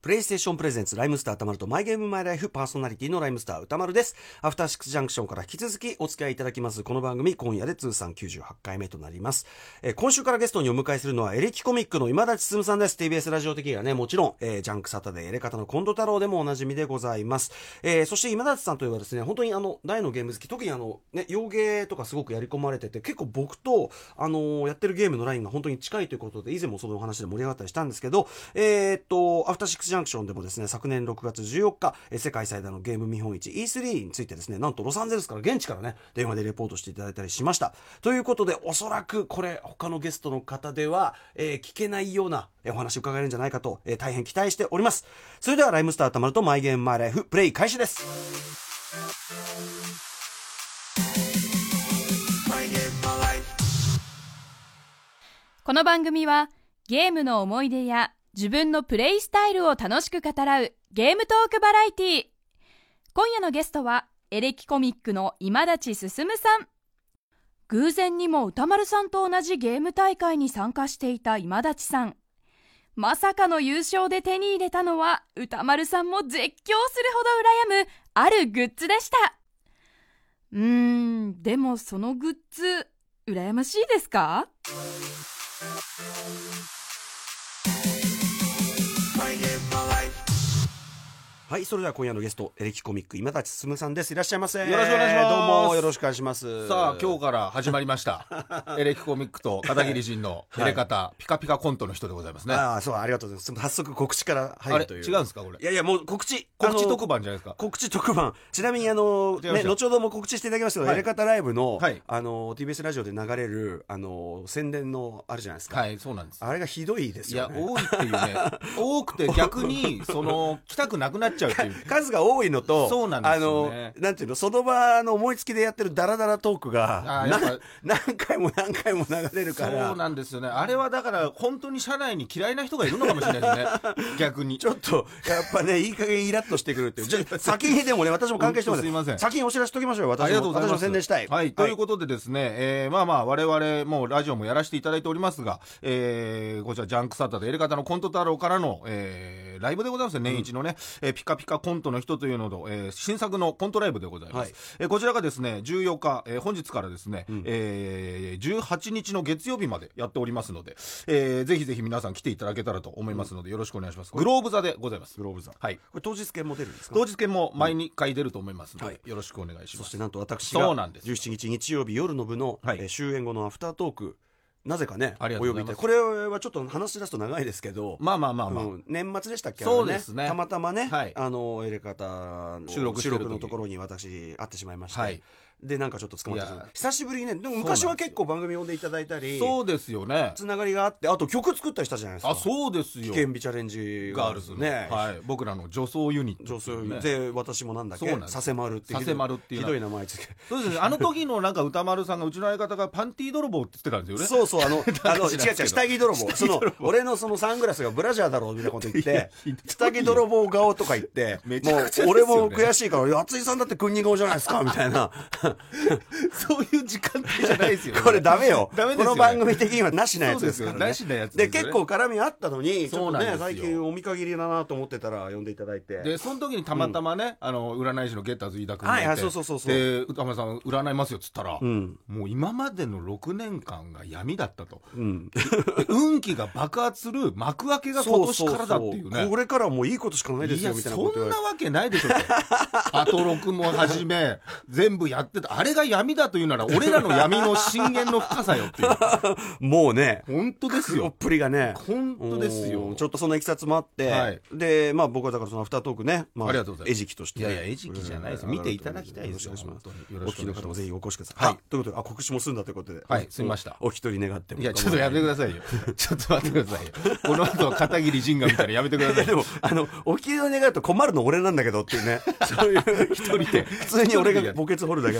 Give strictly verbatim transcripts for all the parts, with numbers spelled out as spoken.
プレイステーションプレゼンツライムスター歌丸とマイゲームマイライフパーソナリティのライムスター歌丸です。アフターシックスジャンクションから引き続きお付き合いいただきますこの番組、今夜で通算きゅうじゅうはちかいめとなります。えー、今週からゲストにお迎えするのはエレキコミックの今立進さんです。 ティービーエス ラジオ的にはね、もちろん、えー、ジャンクサタデーエレカタのコント太郎でもおなじみでございます。えー、そして今立さんといえばですね、本当にあの大のゲーム好き、特にあのね洋ゲーとかすごくやり込まれてて、結構僕とあのー、やってるゲームのラインが本当に近いということで、以前もそのお話で盛り上がったりしたんですけど、えー、っとアフターシックスジャンクションでもですね、昨年ろくがつじゅうよっか、え世界最大のゲーム見本市 イースリー についてですね、なんとロサンゼルスから現地からね電話でレポートしていただいたりしました。ということで、おそらくこれ他のゲストの方では、えー、聞けないようなお話を伺えるんじゃないかと、えー、大変期待しております。それではライムスターたまるとマイゲームマイライフプレイ開始です。 この番組はゲームの思い出や自分のプレイスタイルを楽しく語らうゲームトークバラエティー。今夜のゲストはエレキコミックの今立進さん。偶然にも歌丸さんと同じゲーム大会に参加していた今立さん。まさかの優勝で手に入れたのは、歌丸さんも絶叫するほど羨むあるグッズでした。うーん、でもそのグッズ羨ましいですか？ はい、それでは今夜のゲストエレキコミック今立進さんです。いらっしゃいませ。 よろしくお願いします。 どうもよろしくお願いします。 さあ今日から始まりましたエレキコミックと片桐仁のエレカタ、はい、ピカピカコントの人でございますね。 ああ、そう、ありがとうございます。早速告知から入るという。 あれ違うんですかこれ？ いやいや、もう告知告知特番じゃないですか。 告知特番。ちなみにあのね、後ほども告知していただきますけど、はい、エレカタライブの、はい、あの ティービーエス ラジオで流れるあの宣伝のあるじゃないですか。 はい、そうなんです。 あれがひどいですよね。 いや多いっていうね多くて逆にその来たくなくなっちゃうっていう数が多いのと、 そうなんですよね。 あのなんていうの、その場の思いつきでやってるダラダラトークがあやっぱ何回も何回も流れるから。 そうなんですよね。あれはだから本当に社内に嫌いな人がいるのかもしれないですね逆にちょっとやっぱね、いい加減イラッとしてくるっていう。じゃ先にでもね、私も関係してます。 すいません。 先にお知らせしておきましょうよ。私も、ありがとうございます。私も宣伝したい。 はい、ということでですね、えー、まあまあ我々もうラジオもやらせていただいておりますが、えー、こちらジャンクサタでエレカタのコント太郎からの、えー、ライブでございますね。年一のね、えー、ピカピカコントの人というのと、えー、新作のコントライブでございます。はい、えー、こちらがですねじゅうよっか、えー、本日からですね、うん、えー、じゅうはちにちの月曜日までやっておりますので、えー、ぜひぜひ皆さん来ていただけたらと思いますので、よろしくお願いします。グローブ座でございます。 グローブ座。 はい。 これ当日券も出るんですか？ 当日券も毎日回出ると思いますので、はい、よろしくお願いします。 そしてなんと私がじゅうしちにち日曜日夜の部の、はい、えー、終演後のアフタートーク、なぜかね、お呼びいただいて、これはちょっと話し出すと長いですけど、 まあまあまあまあ、うん、 年末でしたっけ？ そうですね。 たまたまね、はい、あのエレカタの収録収録のところに私会ってしまいまして、はい、でなんかちょっと捕まって久しぶりにね。でも昔は結構番組呼んでいただいたり、 そうですよね、 つながりがあって、あと曲作ったりしたじゃないですか。 あ、そうですよ。 危険日チャレンジガールズね、 はい、僕らの女装ユニット、 女装ユニットで、私もなんだっけ、させまるっていうひどい名前つけ、 そうですね。あの時のなんか歌丸さんが、うちの相方がパンティー泥棒って言ってたんですよね。 そうそう、あのあの違う違う、下着泥棒、その俺のそのサングラスがブラジャーだろうみたいなこと言って、下着泥棒顔とか言って、もう俺も悔しいから、厚井さんだって君に顔じゃないですかみたいなそういう時間帯じゃないですよね。 これダメよ。 ダメですよね。 この番組的にはなしなやつですからね。 なしなやつですよね。 で結構絡みあったのに、ちょっとね最近お見限りだなと思ってたら呼んでいただいて、 でその時にたまたまね、うん、あの占い師のゲッターズ飯田君がいて、 はい、そうそうそうそう、 で歌丸さん占いますよっつったら、うん、もう今までのろくねんかんが闇だったと、うん、運気が爆発する幕開けが今年からだっていうね。そうそうそう、これからはもういいことしかないですよみたいなこと。 そんなわけないでしょアトロクもはじめ全部やってた、あれが闇だというなら俺らの闇の震源の深さよっていうもうね、 本当ですよ、 黒っぷりがね、 本当ですよ。 ちょっとそのいきさつもあって、はい、でまあ僕はだからそのアフタートークね、まあ、 ありがとうございます。 餌食として、 いやいや餌食じゃないですよ、見ていただきたいですよ。 よろしくお願いします。お聞きの方もぜひお越しください。 はい、 はい、ということで、あ、告知も済んだということで、 はい、済みました。 お一人願っても。 いやちょっとやめてくださいよちょっと待ってくださいよこの後は片桐仁がみたいなやめてくださいでもあのお一人願うと困るの俺なんだけどっていうねそういう一人で普通に俺が墓穴掘るだけなん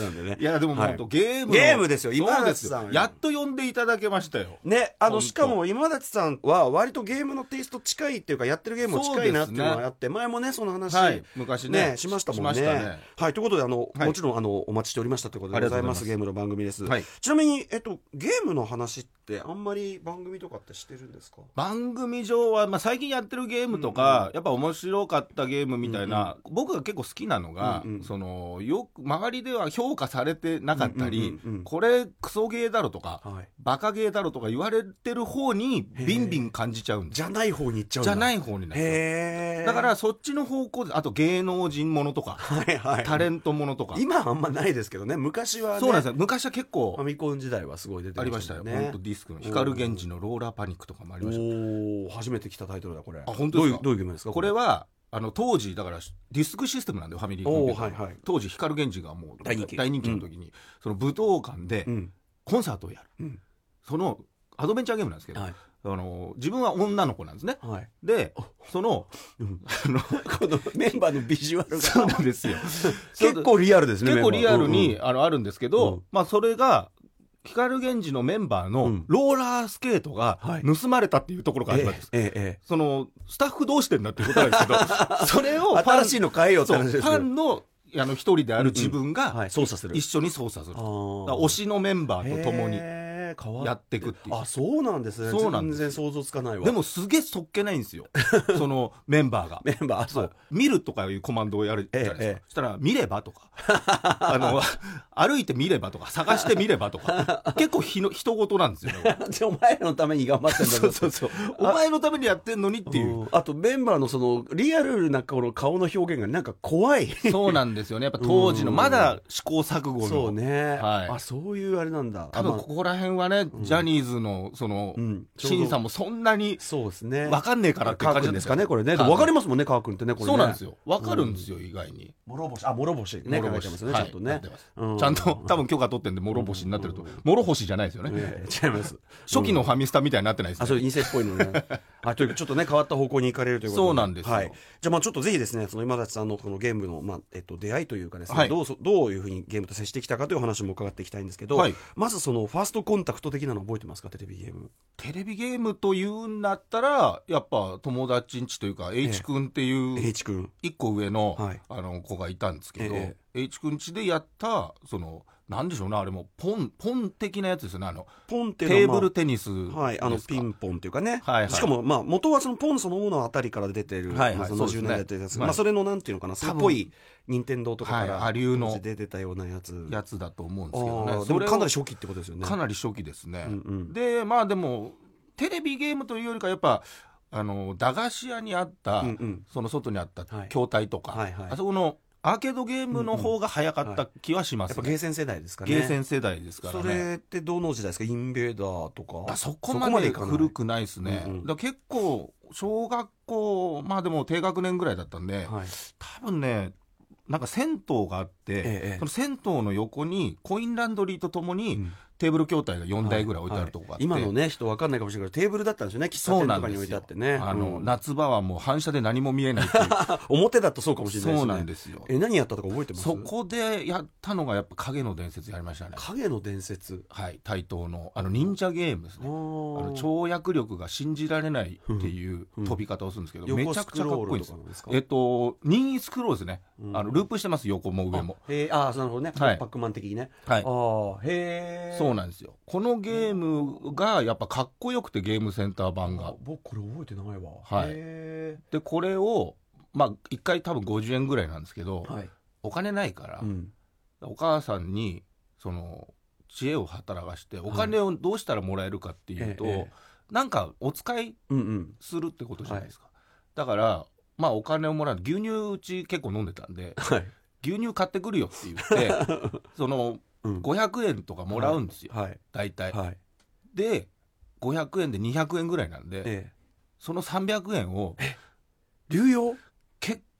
なんでね。 いやでもはい本当ゲームのゲームですよ今そうです立さんよやっと呼んでいただけましたよ。 ね、あの本当しかも今立さんは割とゲームのテイスト近いっていうかやってるゲームも近いなっていうのがあって、前もねその話、 はい昔ねねしましたもんね。 しましたねはい、ということであの、 はいもちろんあのお待ちしておりましたということでございます。ゲームの番組です、 はいちなみに、えっと、ゲームの話ってあんまり番組とかってしてるんですか？ 番組上は、まあ、最近やってるゲームとか、やっぱ面白かったゲームみたいな、僕が結構好きなのが、 うんうんそのよく周りでは評価されてなかったり、 うんうんうんうんこれクソゲーだろとか、 はい、 バカゲーだろとか言われてる方にビンビン感じちゃうんです。 じゃない方に行っちゃうんだ。 じゃない方になっちゃう。 へーだからそっちの方向で、あと芸能人ものとか、 はいはい、 タレントものとか。 今はあんまないですけどね、昔はね。 そうなんですよ。昔は結構ファミコン時代はすごい出てありましたよ。 ね。 本当ディスクの光源氏のローラーパニックとかもありました。 おお、初めて来たタイトルだこれ。 あ、本当ですか？ どういうどういうゲームですか？ これはあの当時だからディスクシステムなんでファミリーコンピューター、 おーはいはい当時光源氏がもう大人気大人気の時に、その武道館でうんコンサートをやる、 うんそのアドベンチャーゲームなんですけど、 はいあの自分は女の子なんですね。 はい。 でそのうんあのこのメンバーのビジュアルそうがなんですよ結構リアルですね。 結構リアルに、 メンバーあのあるんですけど、 うんまあそれが光源氏のメンバーのうんローラースケートがはい盗まれたっていうところがうんうんあるわけです、 ええええそのスタッフどうしてんだっていうことなんですけどそれをええ。 ファン新しいの変えようってそうフ話ですよ。 ァンのあの一人である自分が、 はい、操作する。 一緒に操作するあと。だーから推しのメンバーと共にへー変わっやっていくっていう。 あ、そうなんですね。 そうなんです全然想像つかないわ。 でもすげえそっけないんですよ。そのメンバーが。 メンバー、あそそうう。 見るとかいうコマンドをやるじゃないですか。 ええええそしたら見ればとか、あの歩いて見ればとか、探して見ればとか、結構ひの人事なんですよね。 じゃあお前らのために頑張ってんだそうそうそう。お前のためにやってんのにっていう。 うんあとメンバーのそのリアルなこの顔の表現がなんか怖い。 そうなんですよね。やっぱ当時のまだ試行錯誤の。 そうね、 はいあ、そういうあれなんだ。 多分あまあここら辺はね、ジャニーズのそのうん審査もそんなにそうですね。 分かんねえからっていう感じカー君ですかねこれね。 はいわかりますもんね、カー君ってね、これね。 そうなんですよ。分かるんですよ、意外に。 諸星、あ、諸星ね、書いてますね、ちゃんとねはいなってます。 うんちゃんと多分許可取ってんで諸星になってると、諸星じゃないですよね。 ええ違います。 初期のファミスタみたいになってないですあ、そうね。 いう陰性っぽいのね。あ、というかちょっとね変わった方向に行かれるということで。 そうなんですよはい。じゃあまあちょっとぜひですね、その今立さんのこのゲームのまあえっと出会いというかですね、 はいどうそどういうふうにゲームと接してきたかという話も伺っていきたいんですけど、 はいまずそのファーストコンタクト的なの覚えてますか、テレビゲーム。 テレビゲームというんだったら、やっぱ友達んちというか、H 君っていう H 君。 一個上のはいあの子がいたんですけどえ、 H 君ちでやった、その、なんでしょうね、あれもポン、ポン的なやつですよね。あの、 ポンっていうのは、 テまあーブルテニスですか。 はい、あのピンポンっていうかね、 はいはいしかもまあ元はそのポンそのものあたりから出てる、 はいはいまあ、そのじゅうねんだいやってるやつ、 そうですねまあ、それのなんていうのかな、それっぽい任天堂とかから、 はいアリューの当時出てたようなやつやつだと思うんであすけどね。 ーでそれをもかなり初期ってことですよね。 かなり初期ですね。 うんうんで、まあでも、テレビゲームというよりか、やっぱ、あの、駄菓子屋にあった、 うんうんその外にあったはい筐体とか、 はいはいあそこのアーケードゲームの方が早かった気はしますね。 やっぱゲーセン世代ですかね。 ゲーセン世代ですからそね。 れってどの時代ですか、インベーダーとか。 あそこまでいかない古くないですね。 うんうんだから結構、小学校、まあでも低学年ぐらいだったんで、 はい。 多分ね、なんか銭湯があって、 ええその銭湯の横にコインランドリーとともに、 うんテーブル筐体がよんだいぐらい置いてあるとこがあって、 はいはい今のね人わかんないかもしれないけどテーブルだったんですよね、喫茶そう店なんですよとかに置いてあってね。 あの、 うん夏場はもう反射で何も見えないっていう表だとそうかもしれないですね。 そうなんですよ。 え、何やったとか覚えてます？ そこでやったのがやっぱ影の伝説やりましたね。 影の伝説。 はい、対等のあの忍者ゲームですあね。あのー跳躍力が信じられないっていううん飛び方をするんですけど、め横ちゃくちゃかっこいいですスクロールとかなんですか？ えっと任意スクロールですね、 うんあのループしてます横も上も。 あへーあー、なるほどね。 はいパックマン的にね。 はいああ、へえ。 そうなんですよ。このゲームがやっぱかっこよくて、ゲームセンター版が。 僕これ覚えてないわ。 はいへでこれをまあいっかい多分ごじゅうえんぐらいなんですけど、 ーはい。 お金ないから、 うん。 お母さんにその知恵を働かしてお金をどうしたらもらえるかっていうと、 えええなんかお使いうんうん。 するってことじゃないですか、だからまあお金をもらう、牛乳うち結構飲んでたんではい。 牛乳買ってくるよって言ってそのうんごひゃくえんとかもらうんですよ、 はい。 大体、 はい。 でごひゃくえんでにひゃくえんぐらいなんで、 ええ。 そのさんびゃくえんを流用？ 結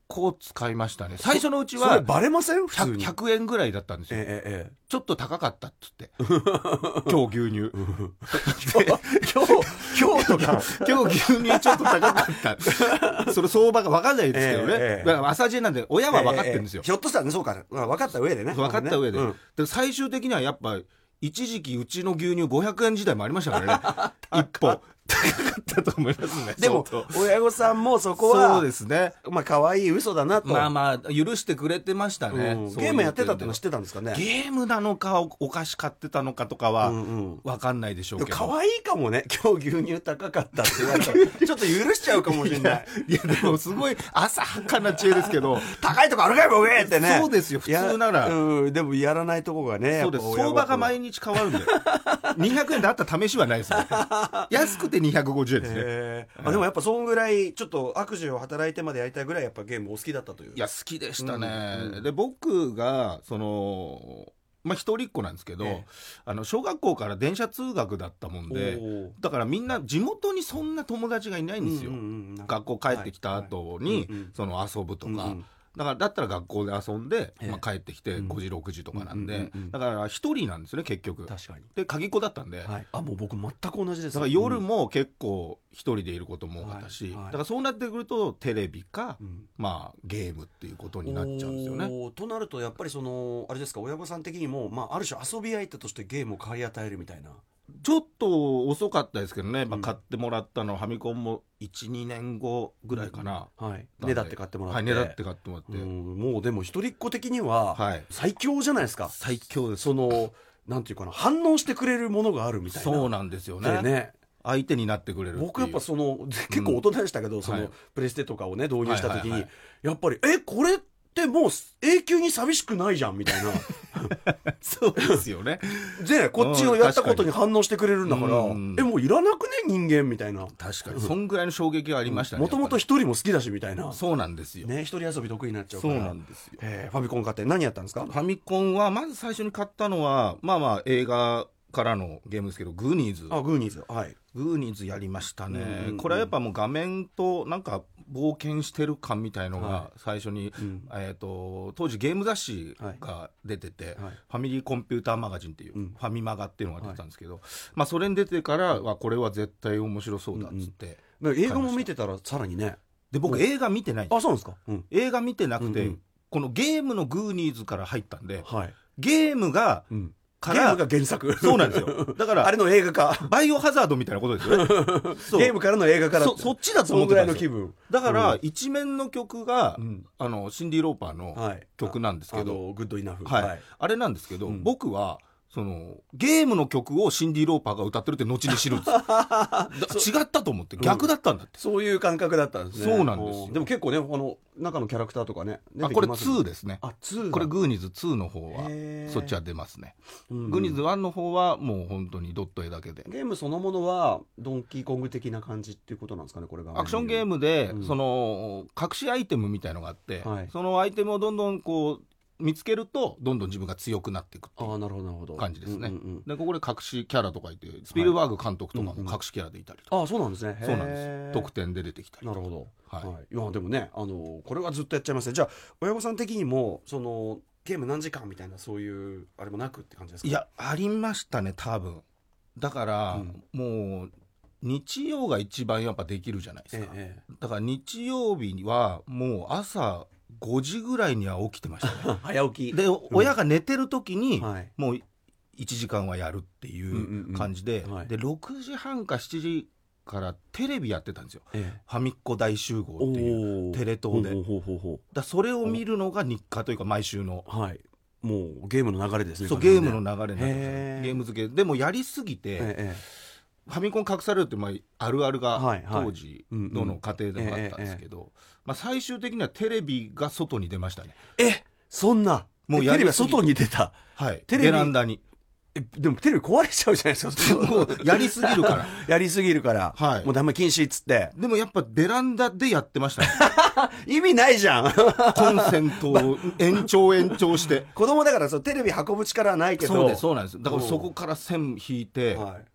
構使いましたね。最初のうちそれはバレません普通ひゃく, にひゃくえんぐらいだったんですよ、 ええええちょっと高かったっつって今日牛乳今日今日とか今日牛乳ちょっと高かったそれ相場が分かんないですけどね、 ええええだから朝ジェなんで親は分かってるんですよ、 ええええひょっとしたらねそうか、まあ、分かった上でね分かった上で、 うんで最終的にはやっぱ一時期うちの牛乳ごひゃくえん時代もありましたからね一本高かったと思いますね。 でも相当親御さんもそこはそうですね、 まあ可愛い嘘だなと、 まあまあ許してくれてましたね、 うんそういうゲームやってたってのは知ってたんですかね。 ゲームなのかおお菓子買ってたのかとかはうんうん分かんないでしょうけど、 可愛いかもね今日牛乳高かったって言われたらちょっと許しちゃうかもしれないいやでもすごい浅はかな知恵ですけど高いとこあるかいボケってねそうですよ普通なら、 うん、でもやらないとこがねそうですやっぱ親御相場が毎日変わるんでにひゃくえんであった試しはないですね安くてにひゃくごじゅうえんですね、 えーあでもやっぱそんぐらいちょっと悪事を働いてまでやりたいぐらいやっぱゲームお好きだったという。 いや好きでしたね、 うんうんで僕がそのまあ一人っ子なんですけど、 ええあの小学校から電車通学だったもんでおーだからみんな地元にそんな友達がいないんですよ、 うんうんうん学校帰ってきた後に、 はいはいうんうんその遊ぶとか、 うんうんだからだったら学校で遊んで、 ええまあ、帰ってきてうんごじろくじとかなんで、 うんうんうんうんだから一人なんですね結局。 確かに、 で鍵っ子だったんで、 はい、あもう僕全く同じです。 だから夜も結構一人でいることも多かったし、 はいはいだからそうなってくるとテレビか、 うんまあゲームっていうことになっちゃうんですよね。 おーとなるとやっぱりそのあれですか親御さん的にも、まあ、ある種遊び相手としてゲームを買い与えるみたいな。 ちょっと遅かったですけどね、まあ、 うん買ってもらったのはファミコンもいちにねんごぐらいかな、 はい、 なんでねだって買ってもらって、 はいねだって買ってもらって、 うんもうでも一人っ子的にははい最強じゃないですか。 最強です。 そのなんていうかな反応してくれるものがあるみたいな。 そうなんですよねでね相手になってくれるっていう。 僕やっぱその結構大人でしたけど、その、 はいプレステとかをね導入した時に、 はいはいはいやっぱりえこれってもう永久に寂しくないじゃんみたいなそうですよねでこっちのやったことに反応してくれるんだから、 うんえもういらなくね人間みたいな。 確かにそんぐらいの衝撃はありましたね。 もともとやっ一人も好きだしみたいなぱりそうなんですよ、 ね一人遊び得意になっちゃうかそうら。 なんですよ。 えーファミコン買って何やったんですか。 ファミコンはまず最初に買ったのはまあまあ映画からのゲームですけどグーニーズあグーニーズはいグーニーズやりましたね、 うんうんうんこれはやっぱもう画面となんか冒険してる感みたいのはが最初に、 うんえー、と当時ゲーム雑誌が出てて、 はいファミリーコンピューターマガジンっていう、 うんファミマガっていうのが出てたんですけど、まあ、それに出てからはこれは絶対面白そうだっつって、 だから映画も見てたらさらにね。 で僕映画見てないんです。 あそうなんですか。うん映画見てなくて、 うんうんこのゲームのグーニーズから入ったんではい、 ゲームがうん、 からゲームが原作そうなんですよだからあれの映画化バイオハザードみたいなことですよねそうゲームからの映画からそそっちだとそのぐら思ってたんですよいの気分。 だから、 うん一面の曲が、 うんあのシンディ・ローパーのはい、 曲なんですけど、 あのグッドイナフはいあれなんですけど、 うん僕はそのゲームの曲をシンディ・ローパーが歌ってるって後に知るんですよだ違ったと思って逆だったんだって、 そういう感覚だったんですね。 そうなんですようんでも結構ねあの中のキャラクターとかね出あこれてきますもんツーですね。 あツーだこれグーニーズツーの方はへーそっちは出ますね、 うんグーニーズワンの方はもう本当にドット絵だけでゲームそのものはドンキーコング的な感じっていうことなんですかねこれがアクションゲームで、 うんその隠しアイテムみたいのがあって、 はいそのアイテムをどんどんこう見つけるとどんどん自分が強くなっていくっていうああなるほどなるほど感じですね、 うんうんうんでここで隠しキャラとかいてスピルバーグ監督とかも隠しキャラでいたりとか、 ああそうなんですね。 そうなんですへー特典で出てきたりなるほど。 はいはい、いやでもねあのこれはずっとやっちゃいますね。じゃあ親御さん的にもそのゲーム何時間みたいなそういうあれもなくって感じですか。 いやありましたね多分だから、 うんもう日曜が一番やっぱできるじゃないですか、 えええだから日曜日はもう朝ごじぐらいには起きてましたねえ早起きで、親が寝てる時に、 はいもういちじかんはやるっていう感じで、 うんうんうんはいでろくじはんかしちじからテレビやってたんですよ、 ええファミッコ大集合っていうおーテレ東でほうほうほうほだそれを見るのが日課というか毎週の、 うはいもうゲームの流れですね。 そう完全にねゲームの流れになってますへーゲーム付けでもやりすぎて、 ええファミコン隠されるってまああるあるがはいはい当時どの家庭でもあったんですけど、まあ、最終的にはテレビが外に出ましたね。 ええそんなもうえテレビはやりすぎて外に出た。 はい、 テレビベランダにえでもテレビ壊れちゃうじゃないですか。 もうやりすぎるからやりすぎるから、 はいもうダメ禁止っつってでもやっぱベランダでやってましたね意味ないじゃん。 コンセントを延長延長して子供だからそうテレビ運ぶ力はないけどそうですそうなんですだからうんそこから線引いて、 はい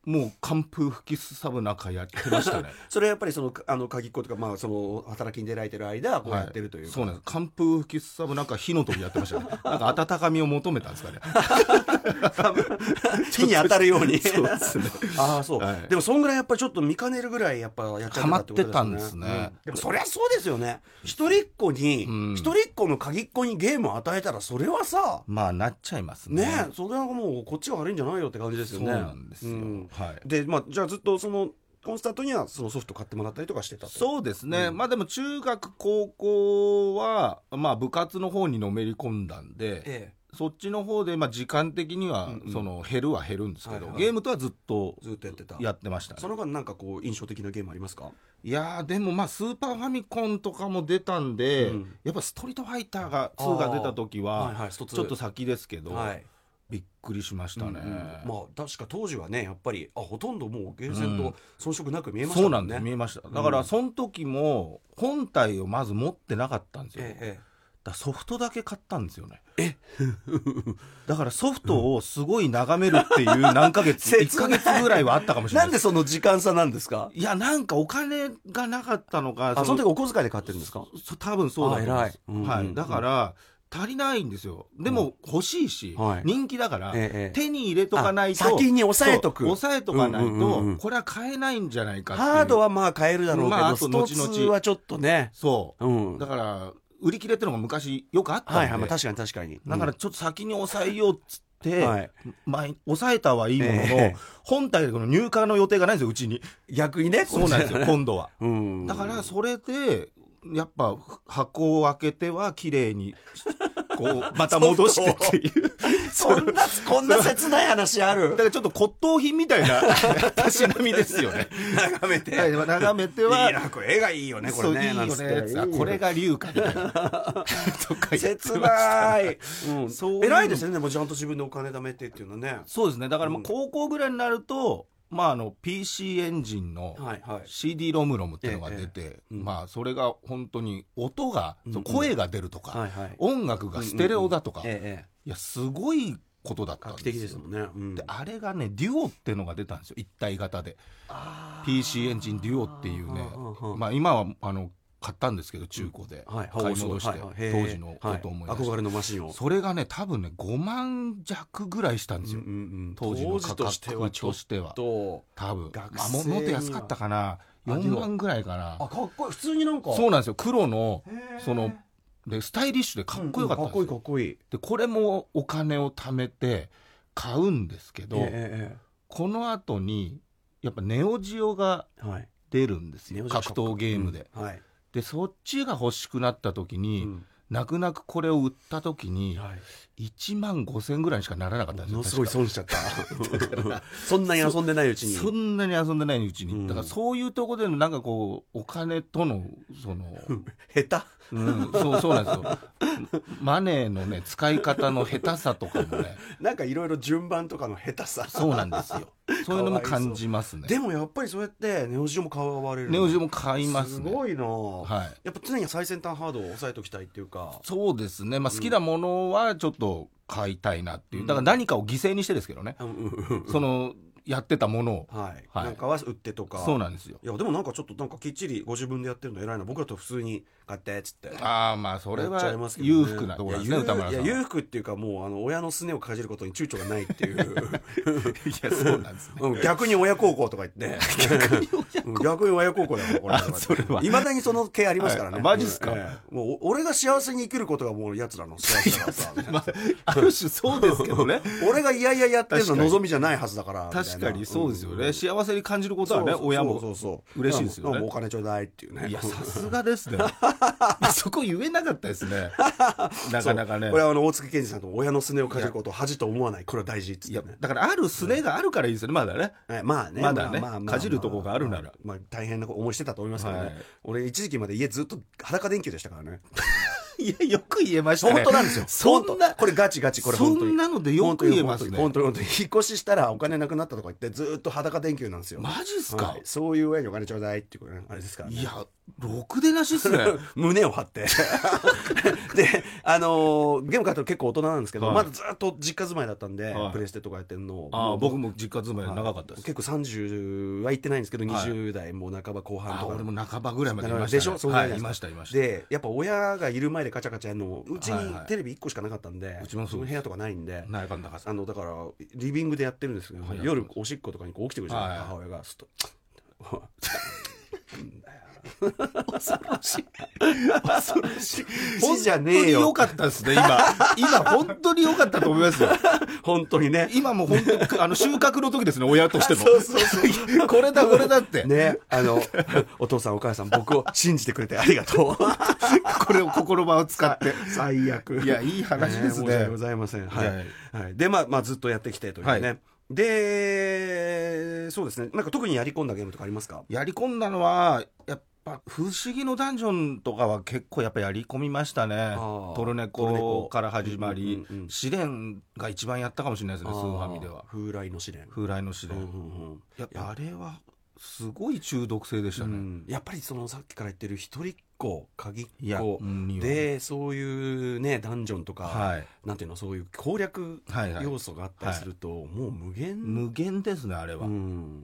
もう寒風吹きすさぶ中やってましたねそれはやっぱりそのあの鍵っ子とか、まあ、その働きに出られてる間こうやってるというか、 はい、そうなんです。寒風吹きすさぶ中火の鳥やってましたねなんか温かみを求めたんですかね火に当たるようにそうですねああそう、はい、でもそんぐらいやっぱりちょっと見かねるぐらいやっぱやっちゃってたってことですね。 ハマってたんですね、 うん、でもそりゃそうですよね。一人っ子に、うん、一人っ子の鍵っ子にゲームを与えたらそれはさまあなっちゃいますね。 ねそれはもうこっちが悪いんじゃないよって感じですよね。 そうなんですよ、うんはい、 でまあじゃあずっとそのコンスタントにはそのソフト買ってもらったりとかしてたと。 そうですね、うん、まあでも中学高校はまあ部活の方にのめり込んだんで、ええ、そっちの方でまあ時間的にはその減るは減るんですけど、うんうん、ゲームとはずっとずっとやってたやってました、ね、 その間なんかこう印象的なゲームありますか？ いやーでもまあスーパーファミコンとかも出たんで、うん、やっぱストリートファイターがツーが出た時は、はいはい、ちょっと先ですけど、はい、びっくりしましたね、うんうん、 まあ確か当時はねやっぱりあほとんどもうゲーセンと遜色なく見えましたもんね、うん、そうなんです見えました。だからその時も本体をまず持ってなかったんですよ、ええ、だソフトだけ買ったんですよね。 えだからソフトをすごい眺めるっていう何ヶ月いっかげつぐらいはあったかもしれない。 なんでその時間差なんですか？ いやなんかお金がなかったのか。 あ そ, その時お小遣いで買ってるんですか？ 多分そうだと思います。 偉い、うんうん、 はい、だから足りないんですよ。でも欲しいし、うんはい、人気だから、ええ、手に入れとかないと先に押さえとく押さえとかないと、うんうんうん、これは買えないんじゃないかっていう。 ハードはまあ買えるだろうけど、まあ、あと後々ストツーはちょっとねそう、うん、だから売り切れってのが昔よくあったんで、はいはいまあ、 確かに確かに、 だからちょっと先に抑えようっつって、はいまあ、抑えたはいいものの、えー、本体でこの入荷の予定がないんですようちに。 逆にねそうなんですよ今度は、 うん、 だからそれでやっぱ箱を開けては綺麗にこうまた戻してっていうそんなこんな切ない話ある。 だからちょっと骨董品みたいなたしなみですよね眺めて、 はい、眺めてはいいなこれ絵がいいよねこれね。 いいよねこれが龍かみたいなとか切ない、うん、そう偉いですね。でもちゃんと自分でお金貯めてっていうのはね。 そうですね。だからまあ高校ぐらいになると、まあ、あの ピーシー エンジンの シーディー ロムロムっていうのが出て、はいはいええまあ、それが本当に音が、うんうん、声が出るとか、はいはい、音楽がステレオだとか、うんうんええ、いやすごいことだったんですよ。 画期的ですもんね、うん、 であれがねデュオっていうのが出たんですよ一体型で。 ピーシー エンジンデュオっていうね、まあ、今はあの買ったんですけど中古で買い戻して、当時のことを思い出して、 憧れのマシンを。 それがね多分ねごまん弱ぐらいしたんですよ、うんうんうん、当時の価格としては多分あももっと安かったかなよんまんぐらいかな。 あかっこいい普通になんかそうなんですよ黒のそのでスタイリッシュでかっこよかったんですよ、うんうん、かっこいいかっこいい。でこれもお金を貯めて買うんですけど、えー、この後にやっぱネオジオが出るんですよ、はい、格闘ゲームで、うんはいでそっちが欲しくなった時に、うん、泣く泣くこれを売った時に、はい、いちまんごせんぐらいにしかならなかったんですよ。 ものすごい損しちゃったそんなに遊んでないうちにそんなに遊んでないうちに、うん、だからそういうところでのなんかこうお金とのその下手うん、そうそうなんですよマネーのね使い方の下手さとかもねなんかいろいろ順番とかの下手さそうなんですよそういうのも感じますね。 でもやっぱりそうやってネオジオも買われる。 ネオジオも買いますね。 すごいな、 はい、 やっぱ常に最先端ハードを抑えておきたいっていうか。 そうですね、まあ、好きなものはちょっと買いたいなっていう、だから何かを犠牲にしてですけどね、うん、そのやってたものを、 はいはい、なんかは売ってとか。 そうなんですよ。 いやでもなんかちょっとなんかきっちりご自分でやってるの偉いな。僕だと普通に買ってっつってああまあそれは裕福なところですね歌丸さん。 いや裕福っていうかもうあの親のすねをかじることに躊躇がないっていういやそうなんですね、 うん、逆に親孝行とか言って逆に親孝行だからこれそれはいまだにその系ありますからね、はい、 マジっすか、 ええ、もう俺が幸せに生きることがもうやつらの幸せだからさ、 まあ、ある種そうですけどね俺がいやいややってるの望みじゃないはずだから確かにそうですよね、うん、幸せに感じることはね親も嬉しいですよね。 お金ちょうだいっていうね。 いやさすがですねそこ言えなかったですねなかなかね。 これはあの大月健二さんと親のすねをかじることを恥と思わない、これは大事っつって、ね、いやだからあるすねがあるからいいですよねまだね、 えまあねまだね、 まあまあまあ、 かじるとこがあるなら、 まあ、大変な思いしてたと思いますけどね、はい、俺一時期まで家ずっと裸電球でしたからねいやよく言えましたね。 本当なんですよ。 そんなこれガチガチ、これ本当に。 そんなのでよく言えますね。 本当に本当に引っ越ししたらお金なくなったとか言ってずっと裸電球なんですよ。 マジっすか、 はい、そういう上にお金ちょうだいっていうあれですからね。 いやろくでなしっすね。 胸を張ってであのー、ゲーム買ったら結構大人なんですけど、 はい、 まだずっと実家住まいだったんで、はい、プレステとかやってるのを。 あ僕も実家住まい長かったです、はい、 結構さんじゅうは行ってないんですけど、はい、にじゅう代も半ば後半とか。 俺も半ばぐらいまでいましたね。 でしょ、そんなに、はい、 いましたいました。 でやっぱ親がいる前でカチャカチャやるのうちにテレビいっこしかなかったんで、はいはい、 うちもその部屋とかないんで、 ないかんだかあのだからリビングでやってるんですけど、はい、夜おしっことかにこう起きてくるじゃない、はい、母親がすっと恐ろしい恐ろしい。 本じゃねえよ。 本当に良かったですね今今本当に良かったと思いますよ。 本当にね。 今もう本当あの収穫の時ですね、親としても。 そうそうそうこれだこれだってね、あのお父さんお母さん僕を信じてくれてありがとうこれを心場を使って最悪。 いやいい話ですね。 申し訳ございません。はい、はいはい、でまあまあずっとやってきてというね、はい、でそうですね、なんか特にやり込んだゲームとかありますか？ やり込んだのはやっぱ不思議のダンジョンとかは結構やっぱやり込みましたね。トルネコから始まり、うんうんうん、試練が一番やったかもしれないですね、スーファミでは。 風来の試練風来の試練、うんうんうん、やっぱあれはすごい中毒性でしたね、うん、 やっぱりそのさっきから言ってる一人っ子鍵っ子でそういうねダンジョンとか、はい、なんていうのそういう攻略要素があったりすると、はいはい、もう無限無限ですねあれは、うん、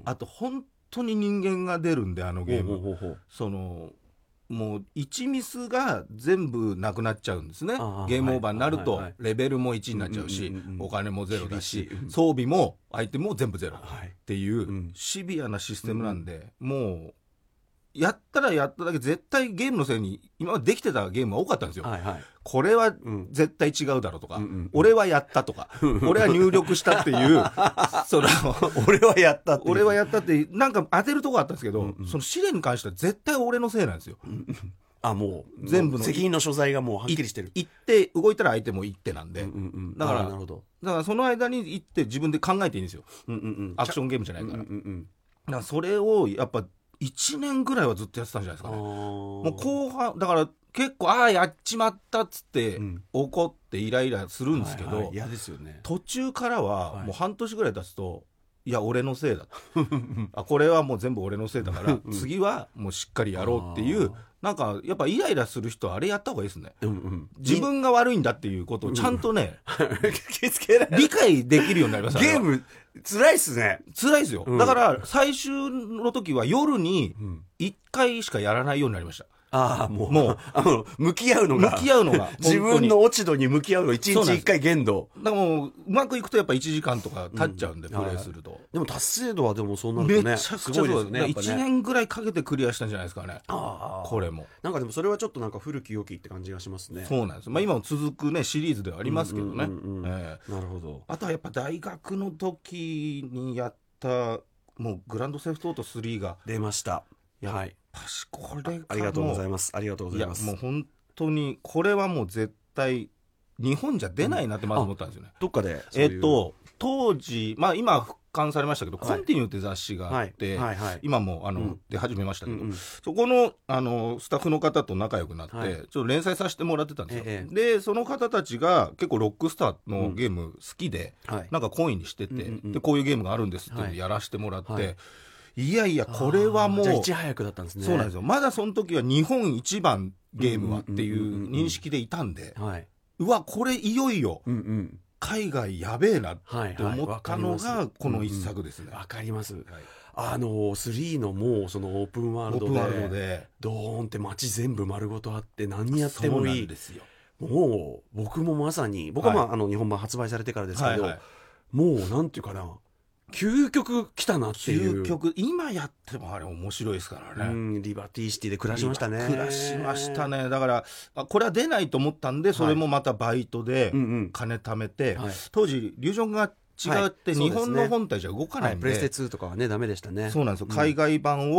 あと本当に人間が出るんであのゲーム、ほうほうほう、そのもういちミスが全部なくなっちゃうんですね。ゲームオーバーになるとレベルもいちになっちゃうし、お金もゼロだし、装備もアイテムも全部ゼロっていうシビアなシステムなんで、もうやったらやっただけ絶対ゲームのせいに今までできてたゲームが多かったんですよ、はいはい、これは絶対違うだろうとか、うんうん、俺はやったとか俺は入力したっていうその俺はやったって俺はやったってなんか当てるとこあったんですけど、うんうん、その試練に関しては絶対俺のせいなんですよ、うん、 あもう全部の責任の所在がもうはっきりしてる。 行って動いたら相手も行ってなんで、うんうんうん、だからなるほど。 だからその間に行って自分で考えていいんですよ、うんうんうん、アクションゲームじゃないから、うんうんうん、だからそれをやっぱいちねんぐらいはずっとやってたんじゃないですかね。もう後半だから結構ああやっちまったっつって、うん、怒ってイライラするんですけど、はいはい、 嫌ですよね。 途中からはもう半年ぐらい経つと、はい、いや俺のせいだあこれはもう全部俺のせいだから次はもうしっかりやろうっていうなんかやっぱイライラする人はあれやった方がいいですね、うんうん、自分が悪いんだっていうことをちゃんとね、うん、理解できるようになります。 ゲーム辛いっすね。 辛いですよ、うん、だから最終の時は夜にいっかいしかやらないようになりました。 ああもうもうあの向き合うのが向き合うのが自分の落ち度に向き合うのいちにちいっかい限度だからもううまくいくとやっぱいちじかんとか経っちゃうんで、うん、プレイすると、はい、 でも達成度はでもそうなるとねめちゃくちゃそうですね。いちねんぐらいかけてクリアしたんじゃないですかね。あこれもなんかでもそれはちょっとなんか古き良きって感じがしますね。 そうなんです、まあ、今も続くねシリーズではありますけどね。なるほど。 あとはやっぱ大学の時にやったもうグランドセフトオートスリーが出ました。はい、 これありがとうございます。ありがとうございます。 いやもう本当にこれはもう絶対日本じゃ出ないなってまず思ったんですよね、 うん、どっかでえっと当時まあ今復刊されましたけど、はい、コンティニューって雑誌があって、はいはいはい、今もあの、うん、出始めましたけど、うんうん、そこの、あのスタッフの方と仲良くなって、はい、ちょっと連載させてもらってたんですよ、ええ、でその方たちが結構ロックスターのゲーム好きで、うん、なんか懇意にしてて、うんうんうん、でこういうゲームがあるんですっていうのをやらせてもらって、はいはい、いやいやこれはもうじゃあいち早くだったんですね。 そうなんですよ。まだその時は日本一番ゲームはっていう認識でいたんで、うわこれいよいよ海外やべえなって思ったのがこの一作ですね。 わかります、はい、あのスリーのもうそのオープンワールド で, ールドでドーンって街全部丸ごとあって何やってもいい。そうなんですよ。もう僕もまさに僕は、まあはい、あの日本版発売されてからですけど、はいはい、もうなんていうかな究極来たなっていう。 究極今やってもあれ面白いですからね。 うんリバティシティで暮らしましたね。 暮らしましたね。だからこれは出ないと思ったんでそれもまたバイトで金貯めて、はい、当時リュージョンが違って日本の本体じゃ動かないんで、 はい、プレステツーとかはねダメでしたね。 そうなんですよ、うん、海外版を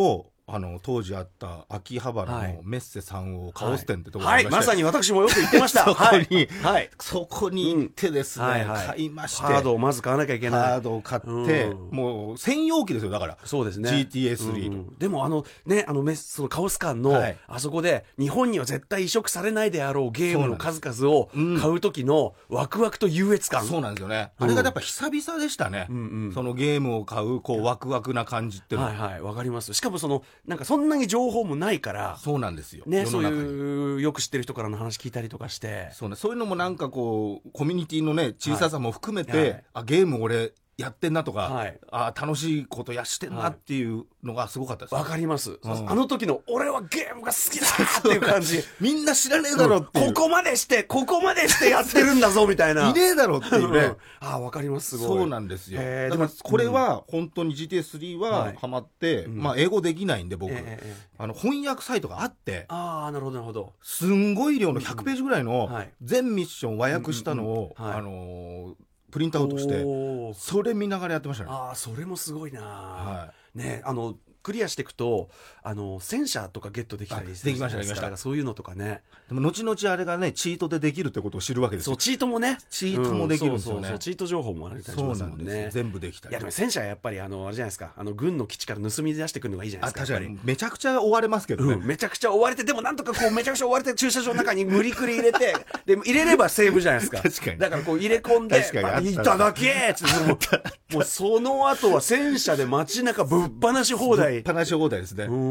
あの当時あった秋葉原のメッセ三王カオス店ってところがあはい、 りまして、 まさに私もよく行ってましたそこに、 はい、 そこに行ってですね、 うんはいはい、 買いまして、 ハードをまず買わなきゃいけない、 ハードを買って、うん、もう専用機ですよ、だからそうですねジーティーエースリー の、 うんうん、でもあのねあのメスそのカオス館の、はい、あそこで日本には絶対移植されないであろうゲームの数々を買う時のワクワクと優越感、 そうなんですよね、うん、あれがやっぱ久々でしたね、うんうん、そのゲームを買うこうワクワクな感じっていうのは、 はいはい、わかります。しかもそのなんかそんなに情報もないから、 そうなんですよ、 ね、そういうよく知ってる人からの話聞いたりとかして、 そうね、そういうのもなんかこうコミュニティのね小ささも含めて、はいはい、あゲーム俺やってんなとか、はい、あ楽しいことやしてんなっていうのがすごかったです。 わかります、うん、あの時の俺はゲームが好きだっていう感じみんな知らねえだろっていう、 うん、ここまでしてここまでしてやってるんだぞみたいないねえだろっていうね、うん、 あわかります、すごいそうなんですよ。だからこれは本当に ジーティーエースリー はハマって、うん、まあ英語できないんで僕、えー、あの翻訳サイトがあって、 ああなるほどなるほど、 すんごい量のひゃくページぐらいの全ミッション和訳したのを、あのープリントアウトしてそれ見ながらやってましたね。 ああそれもすごいな、 はい、 ねあのクリアしていくとあの戦車とかゲットできたりするじゃないですか。だからそういうのとかね、でも後々あれがねチートでできるってことを知るわけですよ。 そうチートもねチートもできるんですよね、うん、そうそうそうチート情報もあるみたいなもんね。そうなんですよ、 全部できたり。 いやでも戦車はやっぱりあのあれじゃないですか、あの軍の基地から盗み出してくるのがいいじゃないですか。 あ確かにめちゃくちゃ追われますけどね、 うん、めちゃくちゃ追われて、でもなんとかこうめちゃくちゃ追われて駐車場の中に無理くり入れてで入れればセーブじゃないですか。 確かにだからこう入れ込んでいただけーってもう、もうその後は戦車で街中ぶっ放し放題ぶっ放し放題ですね。 うん、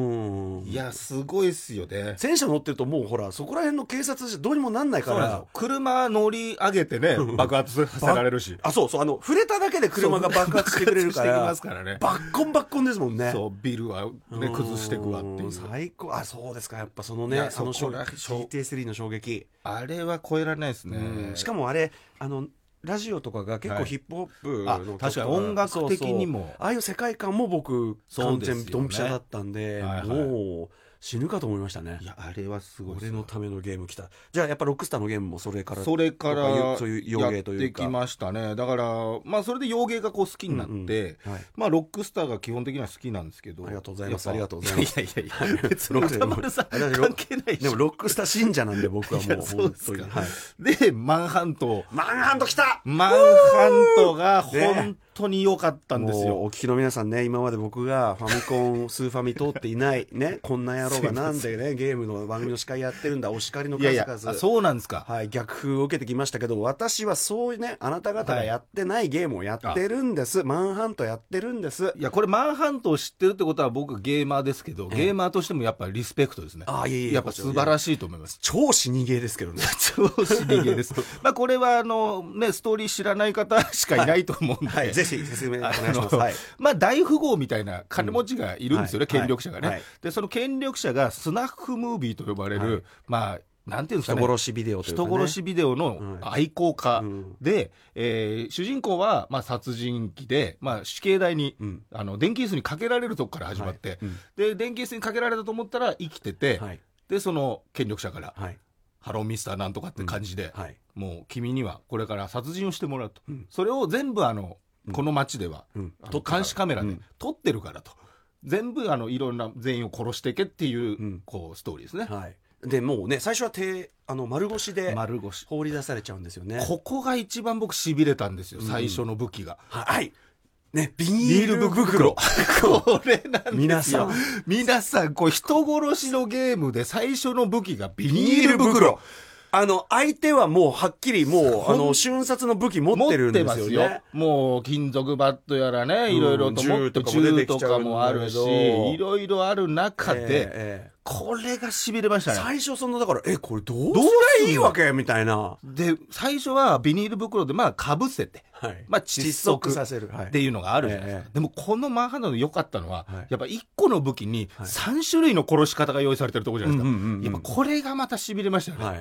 いやすごいっすよね。 戦車乗ってるともうほらそこら辺の警察じゃどうにもなんないから、 車乗り上げてね爆発させられるし、 あそうそう、あの触れただけで車が爆発してくれるからますからね、 バッコンバッコンですもんね。 そうビルは、ね、崩していくわっていう。 最高。あそうですか、やっぱそのねその衝撃 ジーティーエースリー の衝撃あれは超えられないですね。 しかもあれあのラジオとかが結構ヒップホップの、はい、 確かに音楽的にもそうそう、ああいう世界観も僕完全ドンピシャだったんで、はいはい、もう死ぬかと思いましたね。 いやあれはすごい。 俺のためのゲーム来た。じゃあやっぱロックスターのゲームもそれからそれからそういう洋芸というかやってきましたね。だからまあそれで洋芸がこう好きになって、うんうんはい、まあロックスターが基本的には好きなんですけど。 ありがとうございます。ありがとうございます。 いやいやいや別に歌丸さん関係ないし。 でもロックスター信者なんで僕はもうそうですか、はい、でマンハントマンハント来たマンハントが本当に良かったんですよ。 お聞きの皆さんね、今まで僕がファミコンスーファミ通っていないねこんな野郎がなんでねゲームの番組の司会やってるんだお叱りの数々。いやいやそうなんですか、 はい、逆風を受けてきましたけど、私はそういうねあなた方がやってないゲームをやってるんです、はい、マンハントやってるんです。 いやこれマンハントを知ってるってことは僕ゲーマーですけど、ゲーマーとしてもやっぱりリスペクトですね。 あいえいえやっぱ素晴らしいと思います。 超死にゲーですけどね超死にゲーですまあこれはあのねストーリー知らない方しかいないと思うんで、はいはい、 ぜひ説明お願いします。はい、 まあ大富豪みたいな金持ちがいるんですよね、うん、権力者がね、はい、でその権力者がスナッフムービーと呼ばれる、はい、まあなんていうんですかね、 人殺しビデオというか、ね、 人殺しビデオの愛好家で、うんえー、主人公はまあ殺人鬼で、まあ、死刑台に、うん、あの電気椅子にかけられるとこから始まって、はいうん、で電気椅子にかけられたと思ったら生きてて、はい、でその権力者から、はい、ハローミスターなんとかって感じで、うんはい、もう君にはこれから殺人をしてもらうと、うん、それを全部あのこの街では、うん、あの監視カメラで撮ってるからと、うん、全部あのいろんな全員を殺してけっていう、うん、こうストーリーですね。 はいでもうね最初は手あの丸腰で放り出されちゃうんですよね。 ここが一番僕しびれたんですよ、うん、最初の武器が。 はいね、ビニール袋これなんですよ。皆さん皆さんこう人殺しのゲームで最初の武器がビニール袋。 あの相手はもうはっきりもうあの瞬殺の武器持ってるんですよね。持ってますよ。 もう金属バットやらねいろいろと持って、うん、銃とかもあるしいろいろある中で、えーえー、これがしびれましたね。 最初そのだからえこれどうすりゃいいわけみたいな。 で最初はビニール袋でまあかぶせて、はい、まあ窒息させるっていうのがあるじゃないですか、はい、でもこのマンハントの良かったのは、はい、やっぱいっこの武器にさん種類の殺し方が用意されてるところじゃないですか、はい、やっぱこれがまたしびれましたよね、はいはい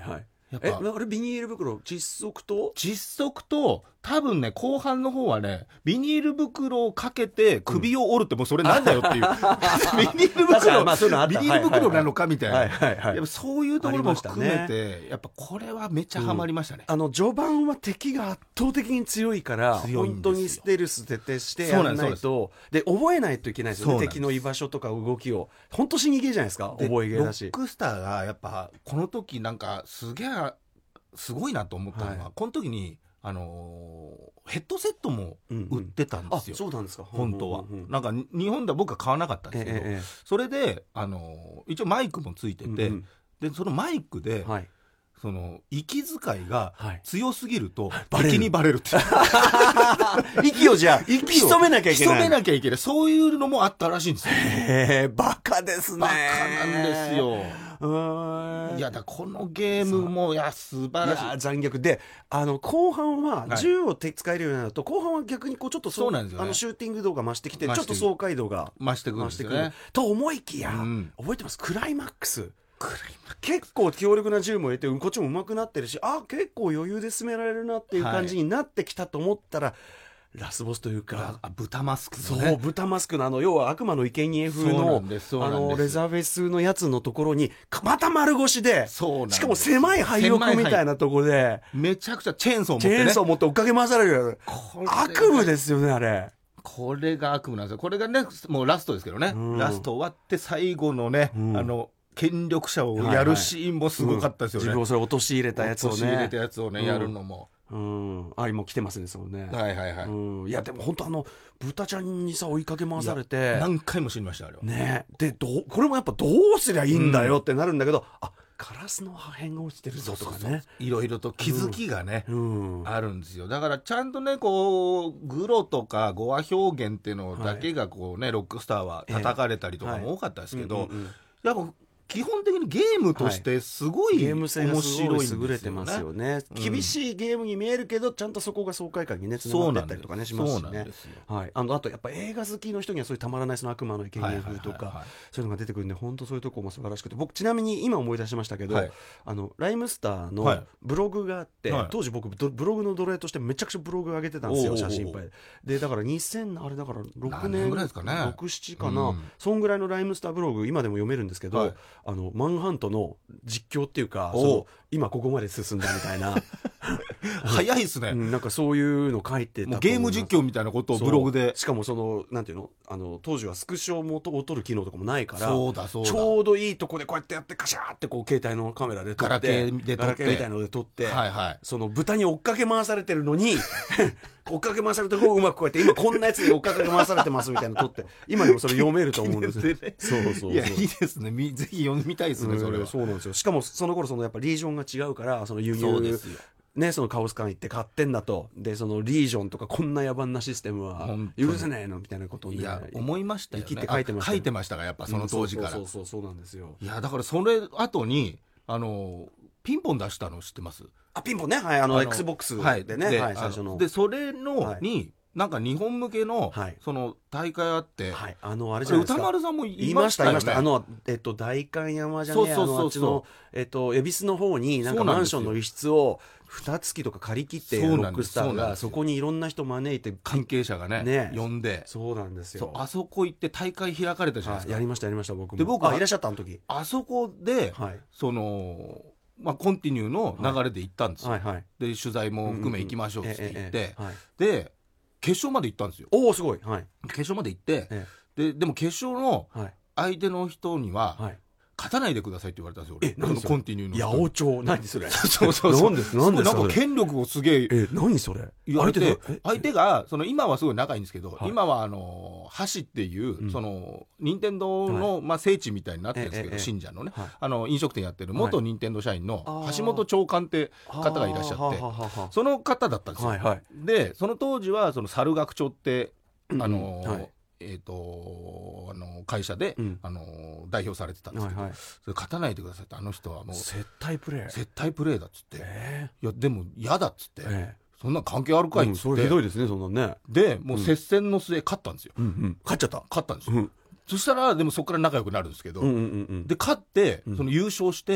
やっえ、 ぱあれビニール袋窒息と窒息と多分ね後半の方はねビニール袋をかけて首を折るってもうそれなんだよっていう、ビニール確か袋、 にまあそういうのあったビニール袋なのかみたいな、 はいはいはいやっぱそういうところも含めありまて、やっぱこれはめっちゃハマりましたね、 あの序盤は敵が圧倒的に強いから強いんですよ本当にステルス徹底してやらないとで覚えないといけないですよね。 そうなんです敵の居場所とか動きを本当死にゲーじゃないですか。 で覚えゲーだしロックスターがやっぱこの時なんかすげえすごいなと思ったのは、 はいこの時にあのーヘッドセットも売ってたんですよ、 あそうなんですか。 本当は、 うんうんうんなんか日本では僕は買わなかったんですけど、 えええそれで、あのー一応マイクもついてて、 うんうんでそのマイクで、 えはいその息遣いがはい強すぎるとバレる敵にバレるって息をじゃあ息を潜めなきゃいけない。 潜めなきゃいけない、そういうのもあったらしいんですよ。 へえバカですね。 バカなんですよ。 うーんいやだこのゲームもいや素晴いらしい。 や残虐であの後半ははい銃を手使えるようになると、後半は逆にこうちょっとそうなんですよねあのシューティング度が増してきてちょっ増してくると爽快度が増してくるん増してくるですよね。 と思いきや、 うん覚えてます？クライマックスクライ結構強力な銃も入れてこっちも上手くなってるし、あ結構余裕で進められるなっていう感じになってきたと思ったら、ラスボスというか、 あ豚マスクそう、 のね。 豚マスクのあの要は悪魔の生贄風そうなのんですそうあなんですのレザーフェイスのやつのところにまた丸腰で、 そうなんですしかも狭い廃屋みたいなところでめちゃくちゃチェーンソー持ってね。 チェーンソー持って追っかけ回される、 これが悪夢ですよねあれ。 これが悪夢なんですよ。これがねもうラストですけどね、 うんラスト終わって最後のね、 うんあの権力者をやるシーンもすごかったですよね。 自分をそれ陥れたやつをね陥れたやつをね、 うんやるのも。 うんあ今来てますねそのね、 はいはいはい。 うん、いやでも本当あの豚ちゃんにさ追いかけ回されて何回も死にましたあれは。 ねでどうこれもやっぱどうすりゃいいんだよってなるんだけど、あガラスの破片が落ちてるぞとかね、 いろいろと気づきがね、 うんあるんですよ。だからちゃんとねこうグロとか語話表現っていうのだけがこうね、ロックスターは叩かれたりとかも多かったですけど、 うんうんうんやっぱ基本的にゲームとしてすごいゲーム性が面すごい白いんですよね。 優れてますよね、 うん厳しいゲームに見えるけどちゃんとそこが爽快感にねつなそうがってなんですったりとかねしますそうなんしねですよ。 はい、あのあとやっぱ映画好きの人にはそういうたまらないその悪魔の生贄風とかはいはいはいはいそういうのが出てくるんで本当そういうところも素晴らしくて、僕ちなみに今思い出しましたけど、 はいあのライムスターはのいブログがあって、 はい当時僕ブブログの奴隷としてめちゃくちゃブログ上げてたんですよおうおうおう写真いっぱいで。だからにせんあれだからろく何ねん年ぐらいですかねろく、ななかな、 うんそんぐらいのライムスターブログ今でも読めるんですけど、 はいあのマンハントの実況っていうかおうその今ここまで進んだみたいな早いですね、 うんなんかそういうの書いてたもうゲーム実況みたいなことをブログで。 しかもそのなんていうのあの当時はスクショもとを撮る機能とかもないからそうだそうだちょうどいいとこでこうやってやってカシャーってこう携帯のカメラで撮ってガラケーで撮ってガラケーみたいなので撮って、 はいはいその豚に追っかけ回されてるのに追っかけ回されてる方をうまくこうやって今こんなやつに追っかけ回されてますみたいなの撮って今でもそれ読めると思うんですよそうそうそういやいいですね、みぜひ読みたいですね、それは。 そうなんですよ。しかもその頃そのやっぱリージョンが違うからその輸入そうですよ。 ねそのカオス館行って買ってんだとでそのリージョンとかこんな野蛮なシステムは本当に許せないのみたいなことをねいや思いましたよね。 生きて書いてましたあ書いてましたがやっぱその当時から。 そうそうそうそうなんですよ。 いやだからそれ後にあのピンポン出したの知ってます？ あピンポンねはいあの XBOX はいでねではい最初のでそれの、 はいになんか日本向けの、 はいその大会あって、 はいあのあれじあれゃないですか歌丸さんも言いましいましたたよね。 言いましたあのえっと代官山じゃねえあそうそうそうそうのあっちのえっと恵比寿の方になんかそうなんですよマンションの一室を二月とか借り切ってロそうなんですックスターそうなんですよがそこにいろんな人招いて関係者がねね呼んで、 そうなんですよそうあそこ行って大会開かれたじゃないですか。 はいやりましたやりました僕もで僕はあいらっしゃったあの時あそこで、 はいそのまあコンティニューの流れで行ったんですよ。 はいはいで取材も含め行きましょうって言って、 ええええはいで決勝まで行ったんですよ。 おおすごいはい決勝まで行って、 えででも決勝のはい相手の人には、 はい勝たないでくださいって言われたんですよ。俺え何それそのコンティニューの人八百長何それそうそうそうなんですなんですなんか権力をすげええ何それ言われて相手がえ相手がその今はすごい仲いいんですけど、 はい今はあの橋っていう、 うんその任天堂の、まあ、聖地みたいになってるんですけど、 ええええ信者のね、 はいあの飲食店やってる元任天堂社員のあー橋本長官って方がいらっしゃって、 はあはあはあはその方だったんですよ。 はいはいでその当時はその猿学長ってうんあの、 はいえー、とあの会社で、 うんあの代表されてたんですけど、 はいはいそれ勝たないでくださいってあの人はもう接待プレー絶対プレーだっつって、 えいやでも嫌だっつって、 ええそんな関係あるかいっうんつって、 それひどいですねそんなんねでもう接戦の末勝ったんですよ、 うんうん勝っちゃった勝ったんですよ、 うんそしたらでもそこから仲良くなるんですけど、 うんうんうんうんで勝って、 うんその優勝して、 ええ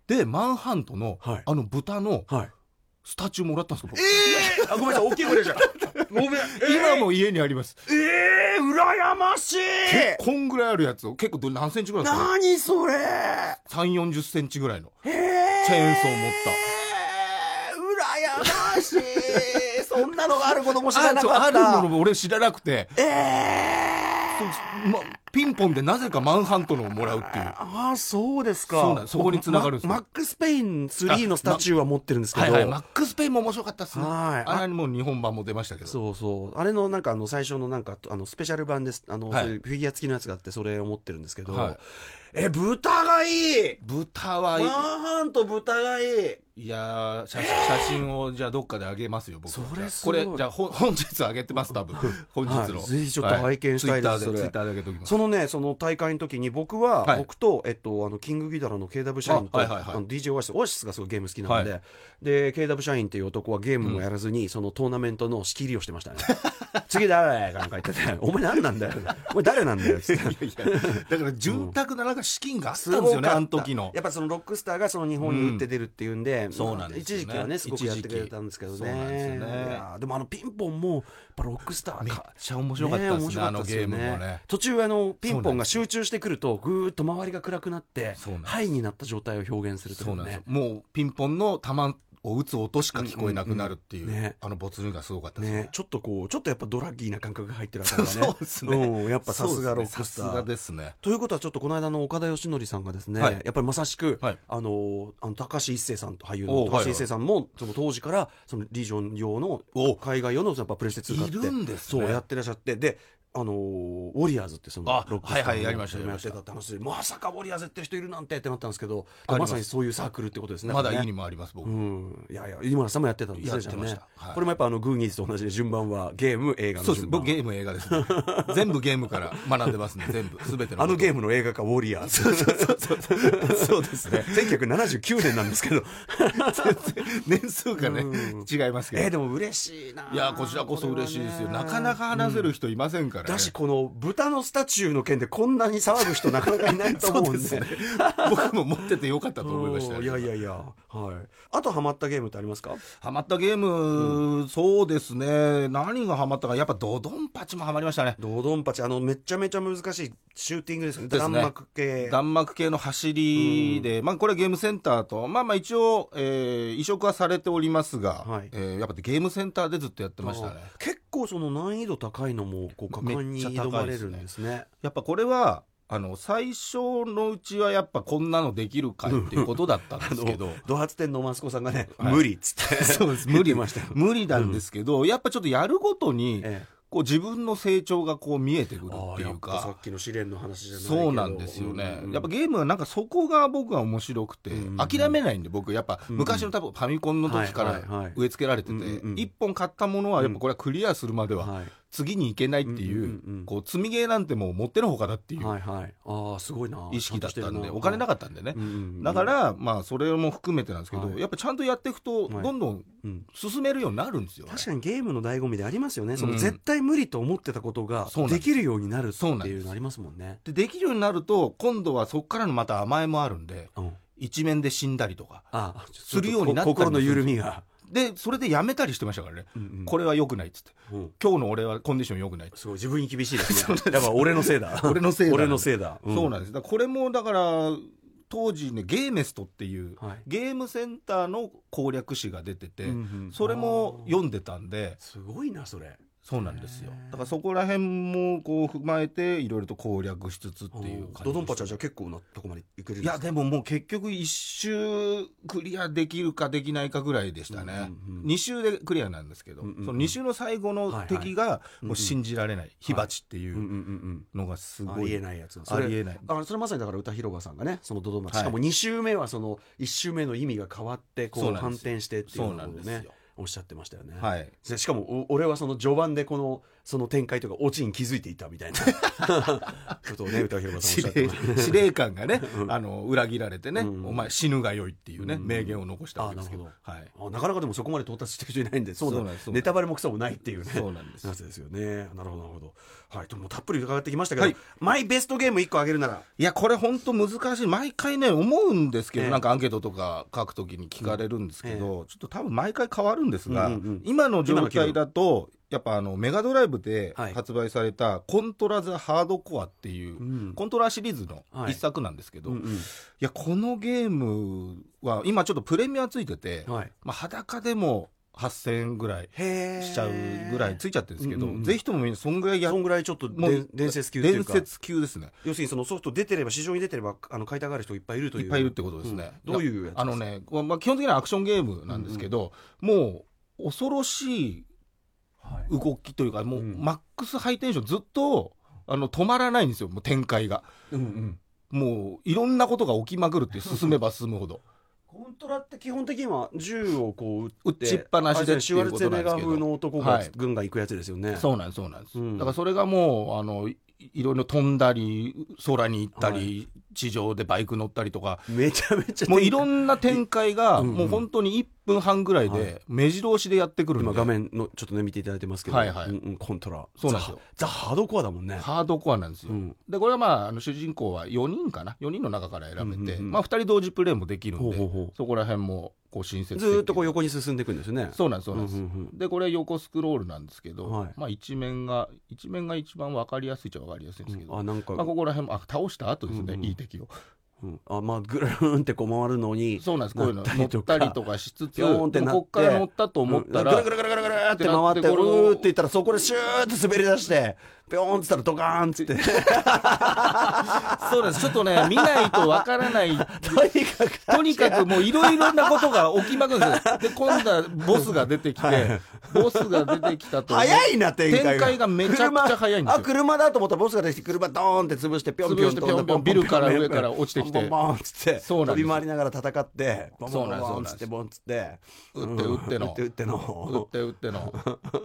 でマンハントの、 はい、 あの豚のはいスタチューもらったんですよ。 えー、あごめんなさい大きい声でしたごめん、えー、 今も家にあります。 えー、羨ましい。 こんぐらいあるやつを結構何センチぐらいですか。 何それ。 さんじゅうよんじゅっセンチぐらいのチェーチェーンソー持った。 えー、羨ましいそんなのがあることも知らなかった。 あるものも俺知らなくて、 えーま、ピンポンでなぜかマンハントのをもらうっていう。 ああそうですか。 そうなん、そこに繋がるんですよ。 マックスペインスリーのスタチューは持ってるんですけど、 はいはい、マックスペインも面白かったっすね。 はい、 あれにもう日本版も出ましたけど。 そうそうあれのなんかあの最初のなんかあのスペシャル版です。あの、はい、そういうフィギュア付きのやつがあってそれを持ってるんですけど、はい、え豚がいい。 豚はいい。 マンハント豚がいい。 いや写, 写真をじゃあどっかであげますよ僕。 それすごい。 これじゃあ本日あげてます多分本日の、 はい、ぜひちょっと拝見したいです、はい、 ツイッターでツイッターであげておきます。 そのねその大会の時に僕は、はい、僕と、えっと、あのキングギドラの ケーダブリュー 社員と、はいはいはい、あの ディージェー オアシスオアシスがすごいゲーム好きなので、はい、で ケーダブリュー 社員っていう男はゲームもやらずに、うん、そのトーナメントの仕切りをしてましたね次誰かなんか言っててお前何なんだよお前誰なんだよっていやいやだから潤沢ななんか資金があったんですよね、うん、あの時の。 やっぱそのロックスターがその日本に打って出るっていうんで、うん、 そうなんですよね。 一時期はねすごくやってくれたんですけどね。 そうなんですよね。 いやでもあのピンポンもやっぱロックスターめっちゃ面白かったですね、ね、あのゲームもね。 途中あのピンポンが集中してくるとぐーっと周りが暗くなってハイになった状態を表現するというね。 そうなんですよ。もうピンポンの球を打つ音しか聞こえなくなるっていう、うんうんうんね、あの没入がすごかったです ね, ね。 ちょっとこうちょっとやっぱドラッギーな感覚が入ってるあたりがねそうですね、 うん、やっぱさすがロックスター。 さすがですね。 ということはちょっとこの間の岡田義則さんがですね、はい、やっぱりまさしく、はい、あのあの高橋一生さんと俳優の高橋一生さんもその当時からそのリージョン用の海外用のやっぱプレステツー買っているんです、 ね、そうやってらっしゃってであのー、ウォリアーズってそのロックスターのはいはいやりましたやってたって話でまさかウォリアーズやってる人いるなんてってなったんですけどまさにそういうサークルってことですね。 まだいいにもあります僕、 うん、いやいや今田さんもやってたんですね。 やってました、はい、 これもやっぱあのグーニーズと同じで順番はゲーム映画の順番。 そうです僕ゲーム映画ですね全部ゲームから学んでますね全部全てのあのゲームの映画化ウォリアーズそうそうそうそうそうですねせんきゅうひゃくななじゅうきゅうねんなんですけど年数がね違いますけど、 えー、でも嬉しいな。 いやこちらこそ嬉しいですよ。なかなか話せる人いませんからね、 うん、だしこの豚のスタチューの件でこんなに騒ぐ人なかなかいないと思うんでそうですね僕も持っててよかったと思いました、ね、 いやいやいや、はい、あとハマったゲームってありますか？ ハマったゲーム、うん、そうですね何がハマったかやっぱドドンパチもハマりましたね。 ドドンパチあのめちゃめちゃ難しいシューティングですね。弾幕系弾幕系の走りで、うん、まあこれはゲームセンターとまあまあ一応、えー、移植はされておりますが、はいえー、やっぱゲームセンターでずっとやってましたね。 結構その難易度高いのもこう果敢に挑まれるんですね。 やっぱこれはあの最初のうちはやっぱこんなのできるかいっていうことだったんですけどドハツ店のマスコさんがね、はい、無理っつってそうです無理ました無理なんですけど、うん、やっぱちょっとやるごとに、ええこう自分の成長がこう見えてくるっていうか。 さっきの試練の話じゃないけどそうなんですよね、うんうん、やっぱゲームはなんかそこが僕は面白くて、うんうん、諦めないんで僕やっぱ昔の多分ファミコンの時から植え付けられてて一本買ったものはやっぱこれはクリアするまでは次に行けないっていう、うんうんうん、こう積みゲーなんてもう持ってのほかだっていう、 はいはい、あすごいな意識だったんでお金なかったんでね、はいうんうん、だからまあそれも含めてなんですけど、はい、やっぱちゃんとやっていくとどんどん進めるようになるんですよ、ね、 確かにゲームの醍醐味でありますよね。その絶対無理と思ってたことができるようになるっていうのありますもんね。 でできるようになると今度はそこからのまた甘えもあるんで、うん、一面で死んだりとかするようになったり心の緩みがでそれでやめたりしてましたからね、うんうん、これは良くないっつって、うん、今日の俺はコンディション良くないっつってそう自分に厳しいですねやっぱ俺のせいだ俺のせいだ俺のせいだ、 うん、そうなんです。だからこれもだから当時ねゲーメストっていう、はい、ゲームセンターの攻略誌が出てて、うんうん、それも読んでたんですごいなそれ。 そうなんですよ。だからそこら辺もこう踏まえていろいろと攻略しつつっていう感じ。 ドドンパチはじゃあ結構なとこまでいけるんですか？ いやでももう結局一周クリアできるかできないかぐらいでしたね、うんうんうん、に周でクリアなんですけど、うんうんうん、そのに周の最後の敵がもう信じられない、はいはい、火鉢っていうのがすごい、 ありえないやつ。 ありえない。 あそれまさにだから歌広場さんがねそのドドンパチ、はい、しかもに周目はそのいち周目の意味が変わってこう反転してっていうのをねおっしゃってましたよね。 はい、 でしかもお俺はその序盤でこのその展開とかオチに気づいていたみたいなことをね歌広場さんおっしゃってました。 司令官がね、 うん、 あの裏切られてね、うん、お前死ぬがよいっていうね、うん、名言を残したわけですけど、 あ、なるほど、はい、あ、なかなかでもそこまで到達してる人いないんで、そうなんです、ネタバレもクソもないっていうね、 そうなんです、 やつですよね。なるほどなるほど。はい、ともたっぷり伺ってきましたけど、はい、マイベストゲームいっこあげるなら。 いやこれ本当難しい。毎回ね思うんですけど、えー、なんかアンケートとか書くときに聞かれるんですけど、うんえー、ちょっと多分毎回変わるんですが、うんうんうん、今の状態だとやっぱあのメガドライブで発売されたコントラザハードコアっていう、うん、コントラシリーズの一作なんですけど、はい、うんうん、いやこのゲームは今ちょっとプレミアついてて、はい、まあ、裸でもはっせんえんぐらいしちゃうぐらいついちゃってるんですけど、うんうん、ぜひともみんなそんぐらいやそんぐらいちょっと伝説級っていうか伝説級ですね。 要するにそのソフト出てれば市場に出てればあの買いたがる人いっぱいいるという、 いっぱいいるってことですね、 うん、どういうやつですか。 あのね、まあ、基本的にはアクションゲームなんですけど、うんうん、もう恐ろしい動きというか、もうマックスハイテンションずっとあの止まらないんですよ、もう展開が、うんうん、もういろんなことが起きまくるって進めば進むほどコントラって基本的には銃をこう撃って撃ちっぱなしでってシュワルツェネガー風の男が、はい、軍が行くやつですよね。 そうなんですそうなんです、うん、だからそれがもうあのいろいろ飛んだり空に行ったり、はい、地上でバイク乗ったりとかめちゃめちゃもういろんな展開がもう本当にいっぷんはんぐらいで目白押しでやってくるんで、 今画面のちょっとね見ていただいてますけど、 はいはい、 うんうん、コントラそうなんですよ。 ザ・ハードコアだもんね。 ハードコアなんですよ、うん、でこれはまあ、あの主人公はよにんかなよにんの中から選べて、うんうんうん、まあ、ふたり同時プレイもできるんで、ほうほうほう、そこら辺もこう親切ずっとこう横に進んでいくんですね。 そうなんですそうなんです、うんうんうん、でこれ横スクロールなんですけど、はい、まあ、一面が一面が一番分かりやすいっちゃ分かりやすいんですけど、うん、あなんか、まあ、ここら辺もあ倒した後ですね、うんうん、いい敵を、 うん、あまあ、ぐるーんってこう回るのにそうなんです。こういうの乗ったりとかしつつここから乗ったと思ったら、 うん、ぐるぐるぐるぐるぐるって回ってうーって言ったらそこでシューって滑り出してピョーンって言ったらドカーンってってそうなんです。ちょっとね見ないとわからないとにかくとにかくもういろいろなことが起きまくるんですよ。で今度はボスが出てきて、はい、ボスが出てきたと早いな展開が展開がめちゃくちゃ早いんですよ。 あ車だと思ったらボスが出てきて車ドーンって潰してピョンピョンとピョンピョンビルから上から落ちてきてボンボンっつって飛び回りながら戦ってボンボンボンっつってボンっつって打って打っての打って打っての打って打っての